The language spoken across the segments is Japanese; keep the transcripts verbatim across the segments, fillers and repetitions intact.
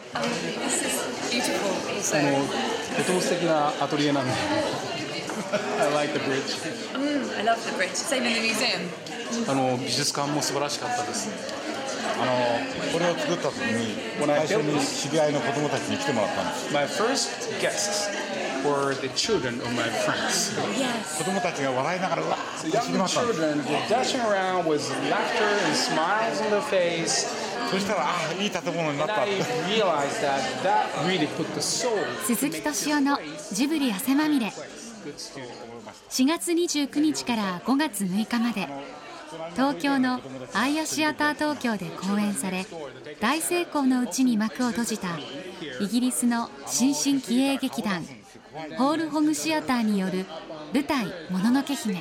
Um, this is beautiful also. あのとても素敵なアトリエなんでI like the bridge. Mm, I love the bridge. Same in the museum. あの美術館も素晴らしかったです。 あのこれを作った時に最初に知り合いの子供たちに来てもらったんです。 My first guests were the children of my friends. Yes. 子供たちが笑いながらうわー The って知り young ましたんです。 children were dashing around with laughter and smiles on their face. そしたらああいい建物になっ And たっ I て。 realized that that really put the soul. 鈴木敏夫のジブリ汗まみれ。しがつにじゅうくにちからごがつむいかまで東京のアイアシアター東京で公演され、大成功のうちに幕を閉じたイギリスの新進気鋭劇団ホールホグシアターによる舞台もののけ姫。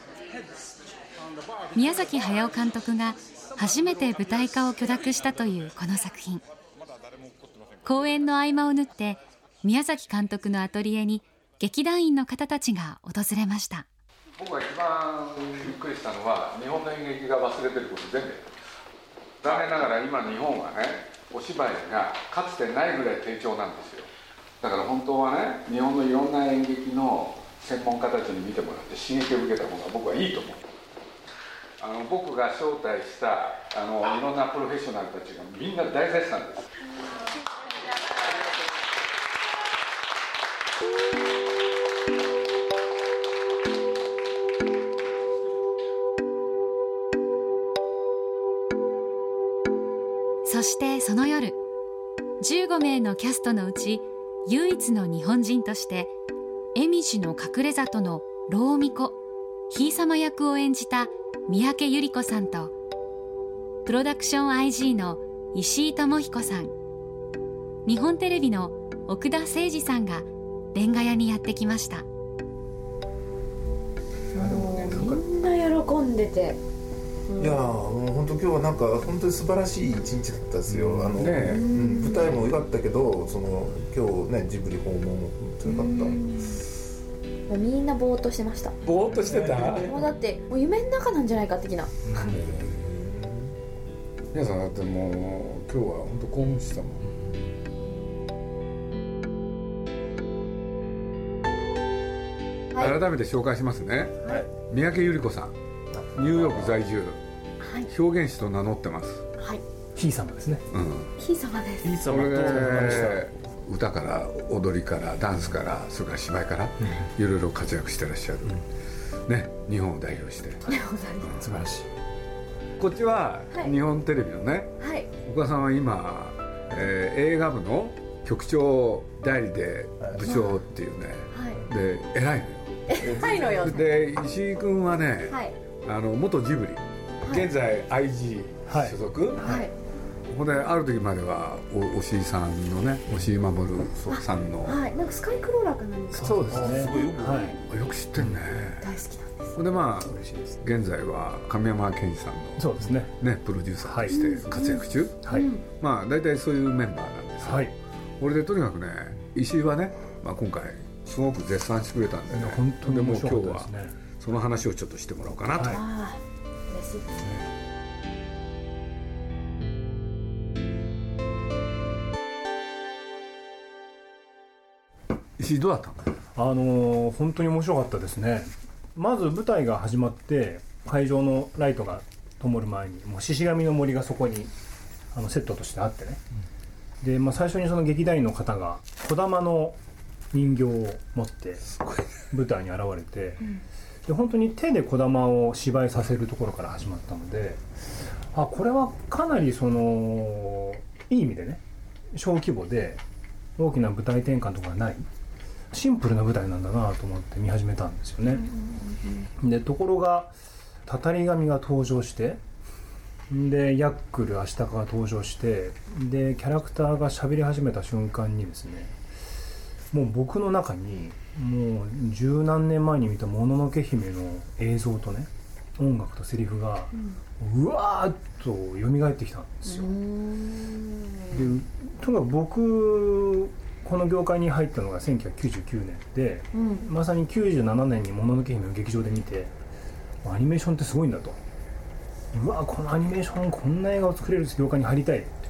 宮崎駿監督が初めて舞台化を許諾したというこの作品。公演の合間を縫って宮崎監督のアトリエに劇団員の方たちが訪れました。 僕が一番びっくりしたのは日本の演劇が忘れてること全部やってます。残念ながら今日本はね、お芝居がかつてないぐらい低調なんですよ。だから本当はね、日本のいろんな演劇の専門家たちに見てもらって刺激を受けた方が僕はいいと思う。あの僕が招待したあのいろんなプロフェッショナルたちがみんな大絶賛です。 そしてその夜、じゅうごめいのキャストのうち唯一の日本人として蝦夷の隠れ里の老巫女ひいさま役を演じた三宅百合子さんと、プロダクション アイジー の石井智彦さん、日本テレビの奥田誠二さんがレンガ屋にやってきました。 もうみんな喜んでて、 いやもう本当今日はなんか本当に素晴らしい一日だったですよ。あの、 ね、 うん、舞台も良かったけど、その今日ねジブリ訪問も本当に良かった。 もうみんなぼーっとしてました。 ぼーっとしてた。 もうだってもう夢の中なんじゃないか的な。 皆さんだってもう今日は本当興奮してたもん。はい、改めて紹介しますね。はい、三宅百合子さん、ニューヨーク在住、はい、表現師と名乗ってます。はい、 ひい様ですね。 うん、ひい様です。 ひい様と歌から踊りからダンスからそれから芝居からいろいろ活躍してらっしゃる、うん、ね、日本を代表して、うん、 素晴らしい。 こっちは日本テレビのね、はい、岡さんは今、えー、映画部の局長代理で部長っていうね、はい、で偉いのよ。 偉いのよ。 で石井君はね、はい、あの元ジブリ、はい、現在 アイジー 所属、はいはい、ここである時まではお押井さんのね、押井守さんの、 はい、なんかスカイクローラーかなんか。 そうですね。 すごいよく、はい、よく知ってんね。 大好きなんです。 でまあ現在は亀山健二さんのそうですね、 ね、プロデューサーとして活躍中、はい、まあ大体そういうメンバーなんですよ。はい、これでとにかくね、石井はね、まあ、今回すごく絶賛してくれたんでね、 本当に面白かったでも今日はその話をちょっとしてもらおうかなと、はい、 あ嬉しいですね。 石井どうだったの？ あのー、本当に面白かったですね。まず舞台が始まって会場のライトが灯る前にもう獅子神の森がそこにあのセットとしてあってね、うん、で、まあ、最初にその劇団員の方が児玉の人形を持って舞台に現れて、うん、で本当に手で児玉を芝居させるところから始まったので、あ、これはかなりそのいい意味でね、小規模で大きな舞台転換とかないシンプルな舞台なんだなと思って見始めたんですよね。でところがたたり神が登場して、でヤックルアシタカが登場して、でキャラクターが喋り始めた瞬間にですね、もう僕の中にもう十何年前に見たもののけ姫の映像とね、音楽とセリフが、うん、うわーっと蘇ってきたんですよ。でとにかく僕この業界に入ったのがせんきゅうひゃくきゅうじゅうきゅうねんで、うん、まさにきゅうじゅうななねんにもののけ姫を劇場で見て、アニメーションってすごいんだと、うわこのアニメーションこんな映画を作れる業界に入りたいって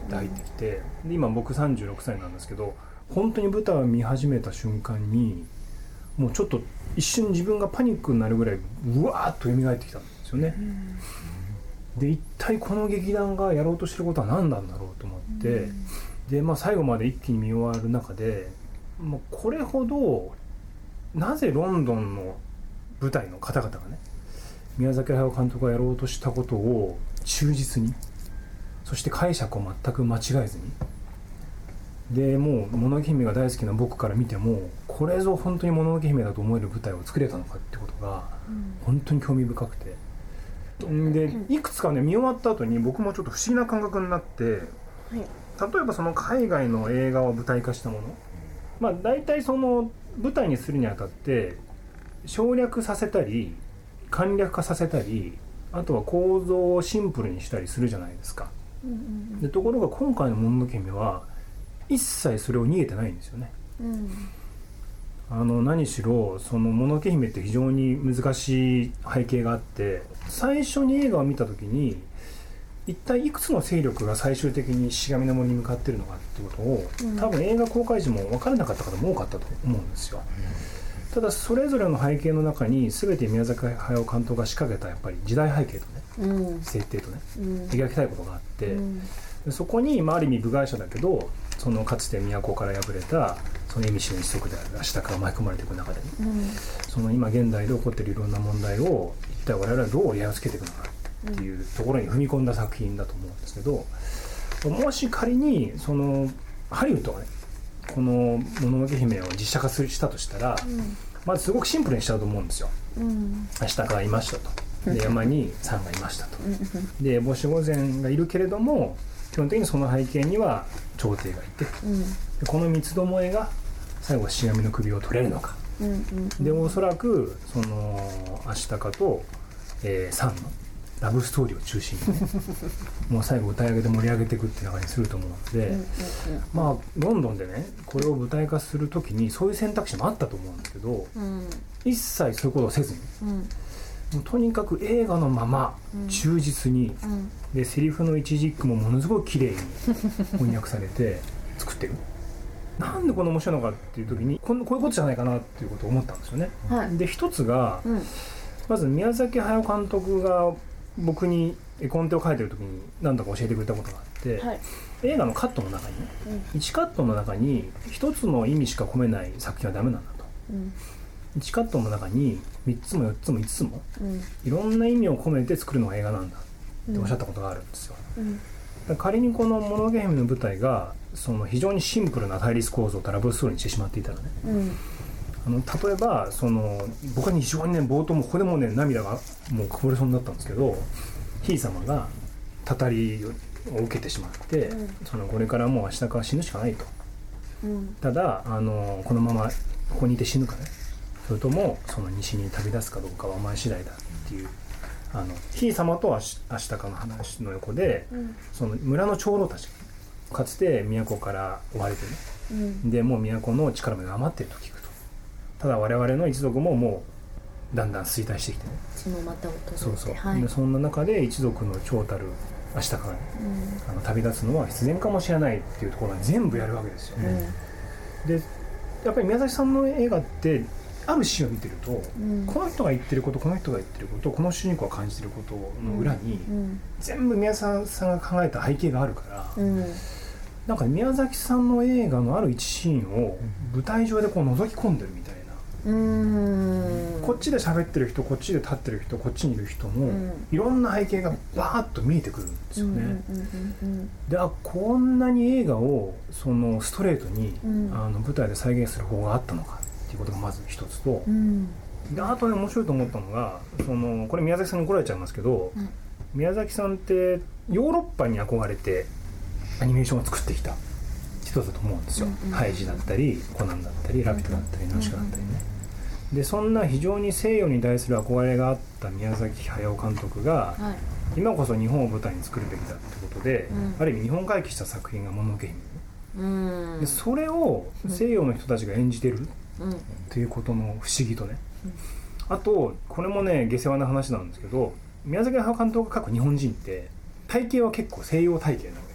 って入ってきて、で今僕さんじゅうろくさいなんですけど、本当に舞台を見始めた瞬間にもうちょっと一瞬自分がパニックになるぐらいうわーっと蘇ってきたんですよね、うん、で一体この劇団がやろうとしてることは何なんだろうと思って、うん、で、まあ、最後まで一気に見終わる中でもうこれほどなぜロンドンの舞台の方々がね宮崎駿監督がやろうとしたことを忠実に、そして解釈を全く間違えずに、でもうもののけ姫が大好きな僕から見てもこれぞ本当にもののけ姫だと思える舞台を作れたのかってことが本当に興味深くて、でいくつかね見終わった後に僕もちょっと不思議な感覚になって、例えばその海外の映画を舞台化したもの、まあ大体その舞台にするにあたって省略させたり簡略化させたり、あとは構造をシンプルにしたりするじゃないですか。でところが今回のもののけ姫は一切それを逃げてないんですよね、うん、あの何しろそのもののけ姫って非常に難しい背景があって、最初に映画を見た時に一体いくつの勢力が最終的にしがみの森に向かってるのかってことを、うん、多分映画公開時も分からなかった方も多かったと思うんですよ、うん、ただそれぞれの背景の中に全て宮崎駿監督が仕掛けたやっぱり時代背景とね、うん、設定とね、うん、描きたいことがあって、うん、そこに、まあ、ある意味部外者だけどそのかつて都から敗れたその蝦夷の一族であるアシタカが巻き込まれていく中で、ね、うん、その今現代で起こっているいろんな問題を一体我々はどう折り合いをつけていくのかっていうところに踏み込んだ作品だと思うんですけど、もし仮にそのハリウッドがねこのもののけ姫を実写化したとしたら、うん、まずすごくシンプルにしちゃうと思うんですよ、うん、アシタカがいましたと、で山にサンがいましたと、で戊子御前がいるけれども基本的にその背景には朝廷がいて、うん、この三つどもえが最後しがみの首を取れるのか、うんうんうん、でおそらくそのアシタカと、えー、サンのラブストーリーを中心にねもう最後歌い上げで盛り上げていくっていう中にすると思うので、うんうんうん、まあロンドンでねこれを舞台化するときにそういう選択肢もあったと思うんですけど、うん、一切そういうことをせずに、うん、もうとにかく映画のまま忠実に、うん、でセリフの一字一句もものすごく綺麗に翻訳されて作ってるなんでこの面白いのかっていう時にこういうことじゃないかなっていうことを思ったんですよね、はい、で一つが、うん、まず宮崎駿監督が僕に絵コンテを書いてる時に何度か教えてくれたことがあって、はい、映画のカットの中にね、うん、いちカットの中に一つの意味しか込めない作品はダメなんだと、うん、いちカットの中にみっつもよっつもいつつも、うん、いろんな意味を込めて作るのが映画なんだっておっしゃったことがあるんですよ、うん、だから仮にこのもののけ姫の舞台がその非常にシンプルな対立構造とラブストーリーにしてしまっていたらね、うん、あの例えばその僕は非常にね冒頭もここでもね涙がもうこぼれそうになったんですけど、ひい様がたたりを受けてしまって、うん、そのこれからもう明日から死ぬしかないと、うん、ただあのこのままここにいて死ぬかねそれともその西に旅立つかどうかはお前次第だっていう、あのひい様とアシタカの話の横で、うん、その村の長老たちがかつて都から追われてね、うん、でもう都の力も余っていると聞くと、ただ我々の一族ももうだんだん衰退してきてね、 そのまた訪れて、 そうそう、 はい、 でそんな中で一族の長たるアシタカが、ね、うん、あの旅立つのは必然かもしれないっていうところは全部やるわけですよね、うん、でやっぱり宮崎さんの映画ってあるシーンを見てると、うん、この人が言ってることこの人が言ってることこの主人公が感じてることの裏に、うんうん、全部宮崎さんが考えた背景があるから、うん、なんか宮崎さんの映画のある一シーンを舞台上でこう覗き込んでるみたいな、うーん、こっちで喋ってる人こっちで立ってる人こっちにいる人の、うん、いろんな背景がバーッと見えてくるんですよね、うんうんうんうん、であこんなに映画をそのストレートに、うん、あの舞台で再現する方法があったのかっていうことがまず一つと、うん、であとね面白いと思ったのがそのこれ宮崎さんに怒られちゃいますけど、うん、宮崎さんってヨーロッパに憧れてアニメーションを作ってきた人だと思うんですよ、うんうん、ハイジだったりコナンだったりラピュタだったりナウシカだったりね、うんうん、でそんな非常に西洋に対する憧れがあった宮崎駿監督が、はい、今こそ日本を舞台に作るべきだってことで、うん、ある意味日本回帰した作品がもののけ姫、うん、でそれを西洋の人たちが演じてるっていうことの不思議とね、うん、あとこれもね下世話な話なんですけど宮崎駿監督が描く日本人って体型は結構西洋体型なわけです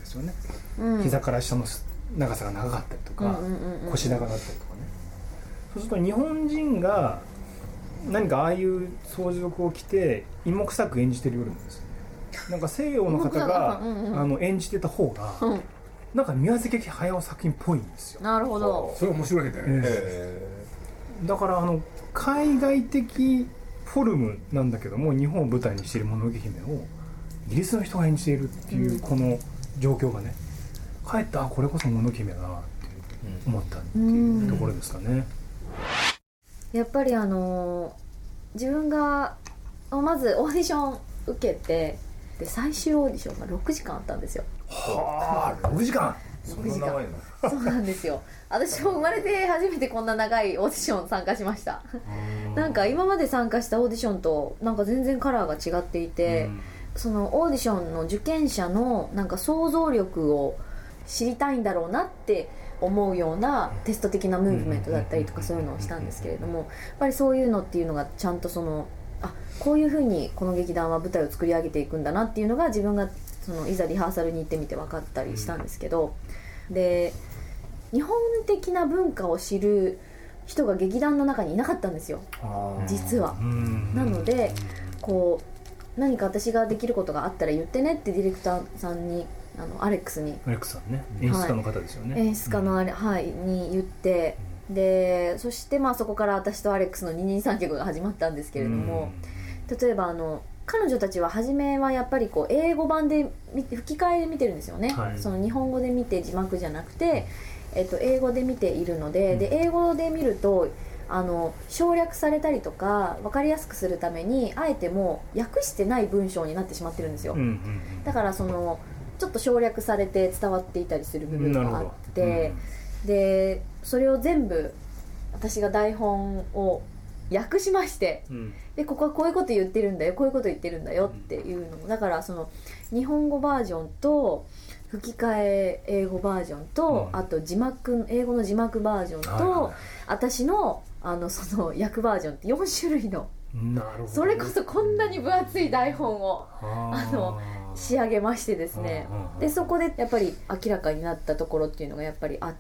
ですよね、 うん、 膝から下の長さが長かったりとか、 うんうんうんうん、 腰長だったりとかね。そうすると日本人が何かああいう装束を着て芋臭く演じてるよりもですね、なんか西洋の方が、うんうん、あの演じてた方が、うん、なんか宮崎駿作品っぽいんですよ。 なるほど。 それ面白いね、 えー、だからあの海外的フォルムなんだけども日本を舞台にしているもののけ姫をイギリスの人が演じているっていうこの状況がね、かえってあこれこそもののけ姫だなって思ったっていうところですかね。 やっぱりあの自分がまずオーディション受けて、で最終オーディションがろくじかんあったんですよ。 はあろくじかん。 ろくじかんそうなんですよ。私も生まれて初めてこんな長いオーディション参加しました。なんか今まで参加したオーディションとなんか全然カラーが違っていて、そのオーディションの受験者のなんか想像力を知りたいんだろうなって思うようなテスト的なムーブメントだったりとかそういうのをしたんですけれども、やっぱりそういうのっていうのがちゃんとそのあこういう風にこの劇団は舞台を作り上げていくんだなっていうのが自分がそのいざリハーサルに行ってみて分かったりしたんですけど、で日本的な文化を知る人が劇団の中にいなかったんですよ実は。なのでこう何か私ができることがあったら言ってねってディレクターさんにあのアレックスにアレックスさんね演出家の方ですよね、 はい、演出家のあれ、うん、はいに言って、でそしてまあそこから私とアレックスの二人三脚が始まったんですけれども、例えばあの彼女たちは初めはやっぱりこう英語版で吹き替えで見てるんですよね、はい、その日本語で見て字幕じゃなくて、えっと、英語で見ているので、うん、で英語で見るとあの省略されたりとか分かりやすくするためにあえてもう訳してない文章になってしまってるんですよ、うんうん、だからそのちょっと省略されて伝わっていたりする部分があって、うん、でそれを全部私が台本を訳しまして、うん、でここはこういうこと言ってるんだよこういうこと言ってるんだよっていうのも、だからその日本語バージョンと吹き替え英語バージョンと、うん、あと字幕英語の字幕バージョンと、はいはい、私のあのその訳バージョンってよん種類の、 なるほど、 それこそこんなに分厚い台本をあの仕上げましてですね、でそこでやっぱり明らかになったところっていうのがやっぱりあって、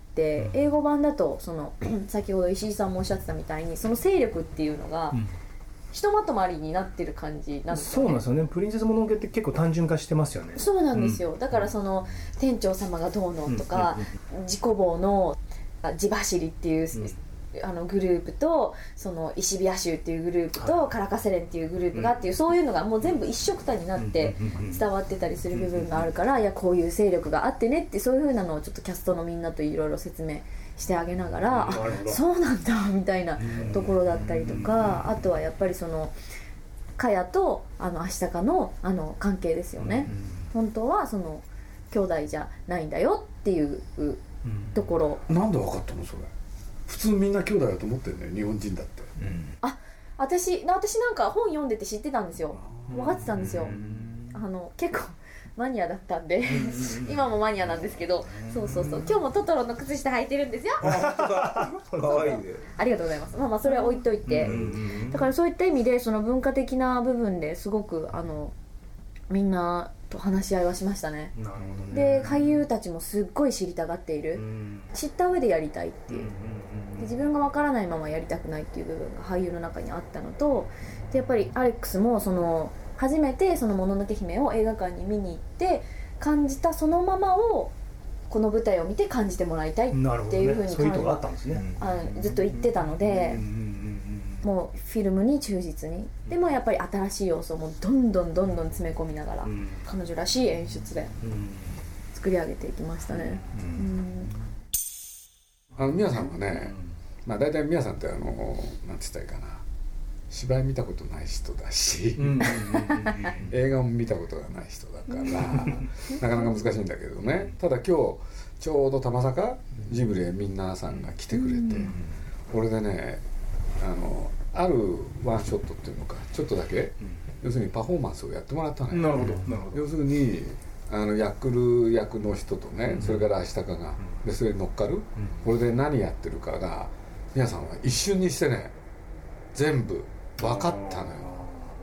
英語版だとその先ほど石井さんもおっしゃってたみたいにその勢力っていうのが、うん、ひとまとまりになってる感じなんですよね。 そうなんですよね。プリンセスもののけって結構単純化してますよね。 そうなんですよ、うん、だからその店長様がどうのとか、うん、自己棒の地走りっていう、うんあのグループとその石火亜州っていうグループと、はい、カラカセレンっていうグループがっていう、そういうのがもう全部一緒くたになって伝わってたりする部分があるから、いやこういう勢力があってねってそういう風なのをちょっとキャストのみんなといろいろ説明してあげながら、あそうなんだみたいなところだったりとか、あとはやっぱりそのカヤとあのアシタカのあの関係ですよね。本当はその兄弟じゃないんだよっていうところ。 なんで分かったのそれ。普通みんな兄弟だと思ってるね、日本人だって、うん、 あ私私なんか本読んでて知ってたんですよ、分かってたんですよ、あの結構マニアだったんで今もマニアなんですけど、そうそうそう、今日もトトロの靴下履いてるんですよ。 かわいいね。 ありがとうございます。まあまあそれは置いといて、だからそういった意味でその文化的な部分ですごくあのみんなと話し合いはしましたね。なるほどね。で俳優たちもすっごい知りたがっている、うん、知った上でやりたいっていう、で自分がわからないままやりたくないっていう部分が俳優の中にあったのと、でやっぱりアレックスもその初めてそのもののけ姫を映画館に見に行って感じたそのままをこの舞台を見て感じてもらいたいっていうふうに彼女はずっと言ってたので、うん、もうフィルムに忠実に、でもやっぱり新しい要素もどんどんどんどん詰め込みながら、うん、彼女らしい演出で作り上げていきましたね。うんうん、 あの宮さんはね、まあ、大体宮さんってあのなんて言ったらいいかな、芝居見たことない人だし、映画も見たことがない人だからなかなか難しいんだけどね。ただ今日ちょうどたまさかジブリへみんなさんが来てくれて、これでねあのあるワンショットっていうのかちょっとだけ、要するにパフォーマンスをやってもらったのよ。 なるほどなるほど。 要するにあのヤクル役の人とね、それからアシタカがでそれに乗っかる、これで何やってるかが皆さんは一瞬にしてね全部分かったのよ。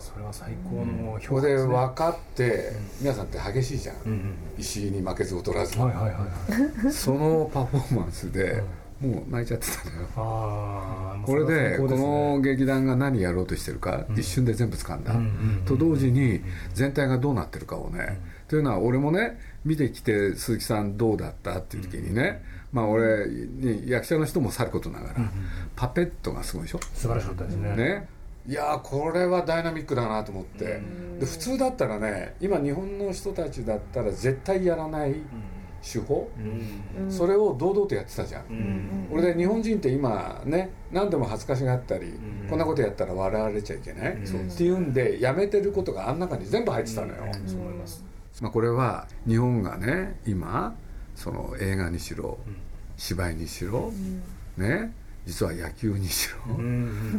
それは最高のここ評価ですね。 で分かって、皆さんって激しいじゃん、 うんうん、 石井に負けず劣らず、 はいはいはいはい、 そのパフォーマンスで、もう泣いちゃってたのよ。 あこれでこね、 の劇団が何やろうとしてるか、うん、一瞬で全部掴んだ、うん、と同時に全体がどうなってるかをね、うん、というのは俺もね見てきて鈴木さんどうだったっていう時にね、うん、まあ俺に役者の人もさることながら、うん、パペットがすごいでしょ。 素晴らしかったですね。 ね、いやこれはダイナミックだなと思って、うん、で普通だったらね今日本の人たちだったら絶対やらない、うん手法、うん、それを堂々とやってたじゃん、うん、俺で日本人って今ね何でも恥ずかしがったり、うん、こんなことやったら笑われちゃいけない、うん、そうっていうんでやめてることがあん中に全部入ってたのよ、うん、そう思います。まあ、これは日本がね今その映画にしろ、うん、芝居にしろ、うん、ね実は野球にしろ、うん、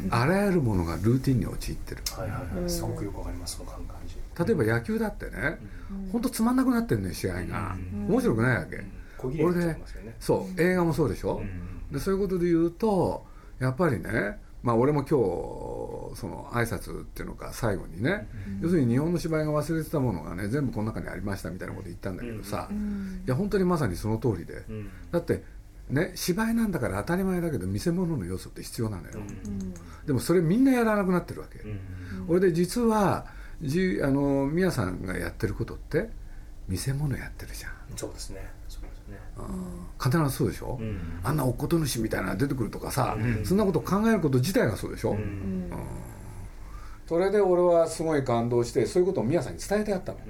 あらゆるものがルーティンに陥ってる、はいはいはい、すごくよくわかりますその感じ。例えば野球だってね、本当つまんなくなってるね試合が、面白くないわけ。これでそう映画もそうでしょ。でそういうことで言うとやっぱりね、まあ俺も今日その挨拶っていうのか最後にね、要するに日本の芝居が忘れてたものがね全部この中にありましたみたいなこと言ったんだけどさ、いや本当にまさにその通りで、だってね芝居なんだから当たり前だけど見せ物の要素って必要なのよ。でもそれみんなやらなくなってるわけ。俺で実はじあの宮さんがやってることって見せ物やってるじゃん。 そうですね。そうですね。 必ずそうでしょ、うん、あんなおっこと主みたいなの出てくるとかさ、うん、そんなことを考えること自体がそうでしょ、うんうん、それで俺はすごい感動してそういうことを宮さんに伝えてやったの、うん、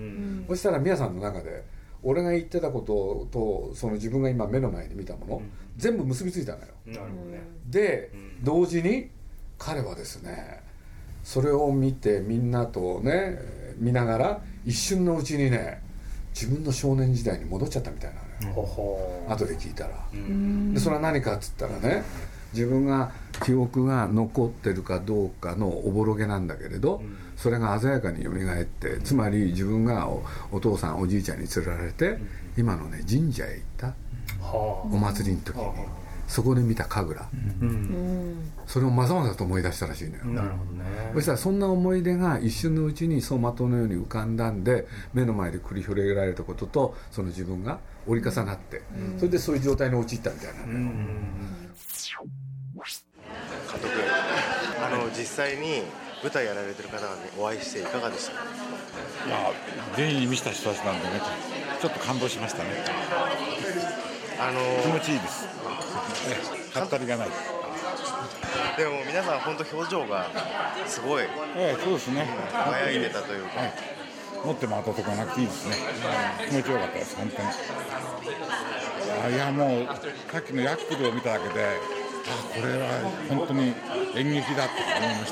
そしたら宮さんの中で俺が言ってたこととその自分が今目の前に見たもの、うん、全部結びついたのよ、なるほどね。で、うん、同時に彼はですねそれを見てみんなとね見ながら一瞬のうちにね自分の少年時代に戻っちゃったみたいなのよ、うん、後で聞いたら、うん、でそれは何かっつったらね自分が記憶が残ってるかどうかのおぼろげなんだけれど、うん、それが鮮やかに蘇ってつまり自分が お, お父さんおじいちゃんに連れられて、うん、今のね神社へ行った、うん、お祭りの時に、そこで見た神楽、うん、それをまざまざと思い出したらしいのよ。 なるほどね。 そしたらそんな思い出が一瞬のうちに走馬灯のように浮かんだんで目の前で繰り広げられたこととその自分が折り重なって、うん、それでそういう状態に陥ったみたいなのよ、うん、監督あの実際に舞台やられてる方がお会いしていかがでしたか？ いや全員に見せた人たちなんでねちょっと感動しましたね。あのー、気持ちいいです。語りがない。 でも皆さん本当表情がすごい、 ええ、そうですね。 輝いてたというか、はい、 持っても当たってこなくていいですね。気持ちよかったです本当に。あいやもうさっきのヤックルを見ただけで、あこれは本当に演劇だって思いました。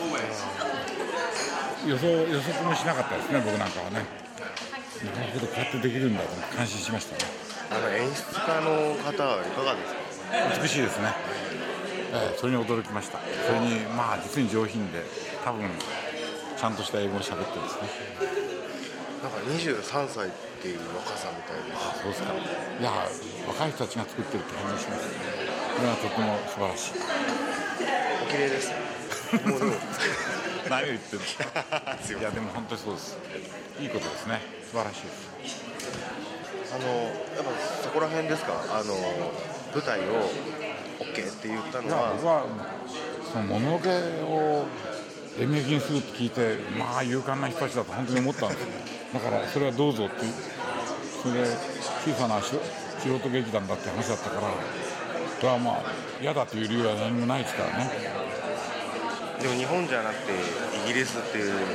予想予測もしなかったですね僕なんかはね。なるほどこうやってできるんだと感心しましたね。 あの演出家の方はいかがですか？ 美しいですね、えー、それに驚きました。それにまあ実に上品で多分ちゃんとした英語を喋ってですね。 なんかにじゅうさんさいっていう若さみたいです。 そうですか。いや若い人たちが作ってるって感じします。これはとても素晴らしい。 お綺麗ですもうでも何を言ってるんですか。いやでも本当にそうです。いいことですね。素晴らしいです。 あのやっぱそこら辺ですか。あの舞台を OK って言ったのは。 僕はその物のけを演劇にするって聞いてまあ勇敢な人たちだと本当に思ったんですよ。だからそれはどうぞってそれで小さな素人劇団だって話だったからそれはまあ嫌だという理由は何もないですからね。 でも日本じゃなくてイギリスっていうま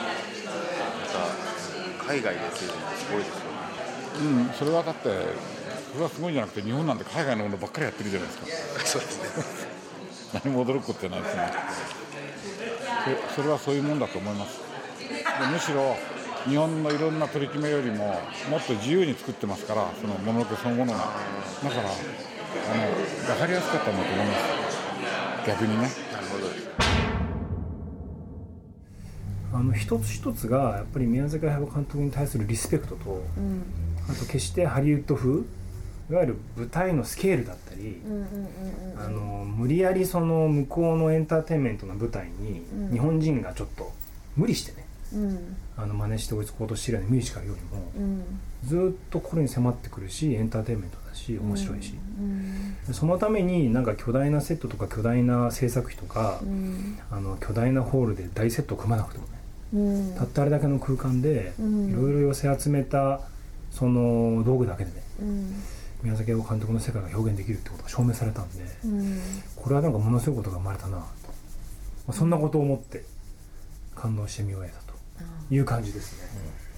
た海外でっていうのもすごいですよね。 うん、それはだってそれはすごいんじゃなくて日本なんて海外のものばっかりやってるじゃないですか。 そうですね何も驚くことじゃないですね。それはそういうもんだと思います。でむしろ日本のいろんな取り決めよりももっと自由に作ってますからそのもののけそのものがだからあの分かりやすかったんだと思います逆にね。なるほど。 あの一つ一つがやっぱり宮崎駿監督に対するリスペクトと、うん、あと決してハリウッド風いわゆる舞台のスケールだったり、あの無理やりその向こうのエンターテインメントの舞台に日本人がちょっと無理してね、 うん、あの真似して追いつこうとしているようなミュージカルよりも、うん、ずっと心に迫ってくるしエンターテインメントだし面白いし、うんうん、そのためになんか巨大なセットとか巨大な制作費とか、うん、あの巨大なホールで大セットを組まなくてもね、うん、たったあれだけの空間でいろいろ寄せ集めたその道具だけでね、うん、宮崎駿監督の世界が表現できるってことが証明されたんで、うん、これはなんかものすごいことが生まれたなと、まあ、そんなことを思って感動して見終えたという感じですね、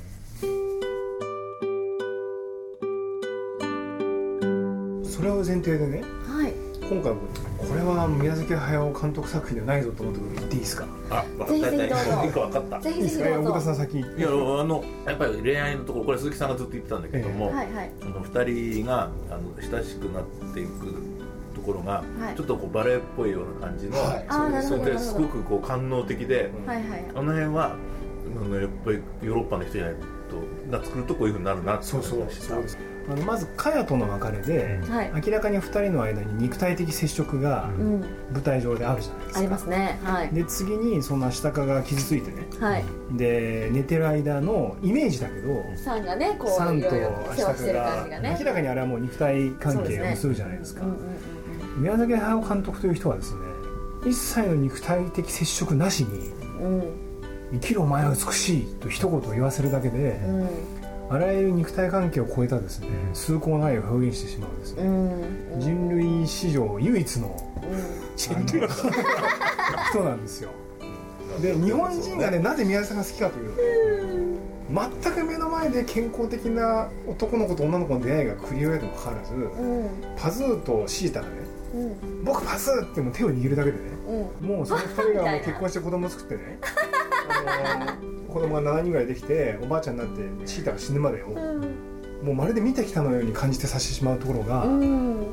うん、それを前提でね、 はい、 今回もこれは宮崎駿監督作品ではないぞと思って言っていいですか？ あ、 ぜひぜひどうぞ。 分かった。 ぜひぜひどうぞ。 小田さん先。 いや、あのやっぱり恋愛のところ、これ鈴木さんがずっと言ってたんだけども、えーはいはい、あのふたりがあの親しくなっていくところが、はい、ちょっとこうバレエっぽいような感じの、はい、それですごくこう官能的で、はいはい、あの辺はあのやっぱりヨーロッパの人じゃないとが作るとこういう風になるなって思いました。そうそうそうです。 あのまず茅との別れで、はい、明らかにふたりの間に肉体的接触が舞台上であるじゃないですか、 ありますね、はい、 で次にそのアシタカが傷ついてね、 はい、 で寝てる間のイメージだけどサンがねこうサンとアシタカが明らかにあれはもう肉体関係を結ぶじゃないですか。宮崎駿監督という人はですね一切の肉体的接触なしに、うん、生きるお前は美しいと一言言わせるだけで、うん、あらゆる肉体関係を超えたですね、崇高な愛を表現してしまうんですね、うん、人類史上唯一の、うん、人類人なんですよ。で日本人がねなぜ宮崎さんが好きかというと、うん、全く目の前で健康的な男の子と女の子の出会いが繰り広げてもかかわらず、うん、パズーとシータがね、うん、僕パズーってもう手を握るだけでね、うん、もうそのふたりがもう結婚して子供を作ってねあの子供がななにんぐらいできておばあちゃんになってシータが死ぬまでを、うん、もうまるで見てきたのように感じてさせてしまうところが、うん、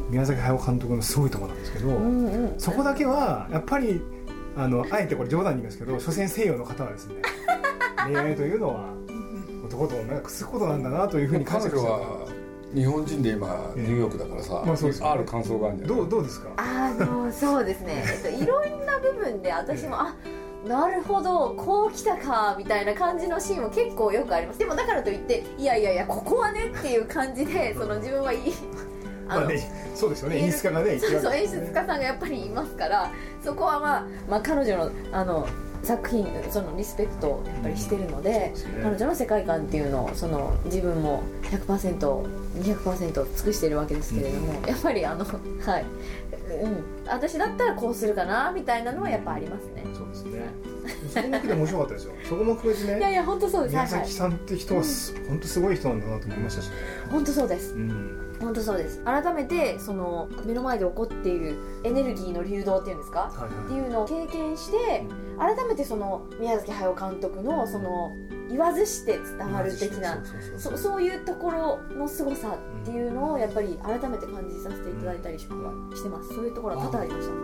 宮崎駿監督のすごいところなんですけど、うんうん、そこだけはやっぱりあのあえてこれ冗談に言いますけど所詮西洋の方はですね恋愛というのは男と女がくっつくことなんだなというふうに感じて彼女は日本人で今ニューヨークだからさ、えーまあそうですね、ある感想があるんじゃない？ どう、どうですか？ あのそうですね、えっと、いろんな部分で私もあなるほどこう来たかみたいな感じのシーンも結構よくあります。でもだからといっていやいやいやここはねっていう感じでその自分はいいあの、まあね、そうですよね演出家がねそうそう演出家さんがやっぱりいますからそこはまあ、まあ、彼女のあの作品そのリスペクトをやっぱりしてるので、うん、彼女の世界観っていうのをその自分も ひゃくパーセントにひゃくパーセント 尽くしてるわけですけれども、うん、やっぱりあのはい、うん、私だったらこうするかなみたいなのはやっぱありますね。 そうですねそこも含めて面白かったですよそこも含めてねいやいや本当そうです宮崎さんって人は、はい、本当すごい人なんだなと思いましたし、ね、 本当そうです、うん本当そうです。改めてその目の前で起こっているエネルギーの流動っていうんですか、はいはい、っていうのを経験して改めてその宮崎駿監督のその言わずして伝わる的なそういうところの凄さっていうのをやっぱり改めて感じさせていただいたりしてます。そういうところは多々ありました。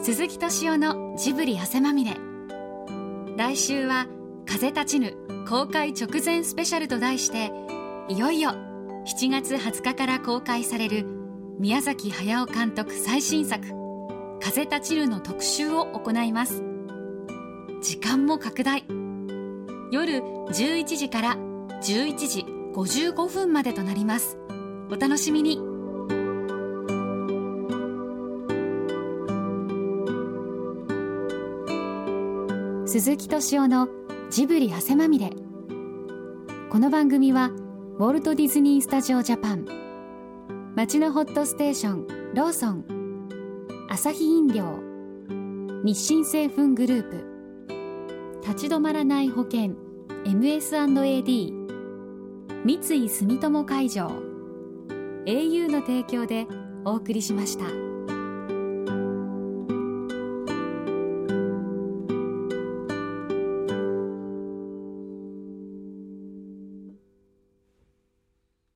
鈴木敏夫のジブリ汗まみれ。来週は風立ちぬ公開直前スペシャルと題していよいよしちがつはつかから公開される宮崎駿監督最新作風立ちぬの特集を行います。時間も拡大、夜じゅういちじからじゅういちじごじゅうごふんまでとなります。お楽しみに。鈴木敏夫のジブリ汗まみれ。この番組はウォルト・ディズニー・スタジオ・ジャパン、街のホットステーションローソン、アサヒ飲料、日清製粉グループ、立ち止まらない保険 エムエスアンドエーディー、 三井住友海上、 エーユー の提供でお送りしました。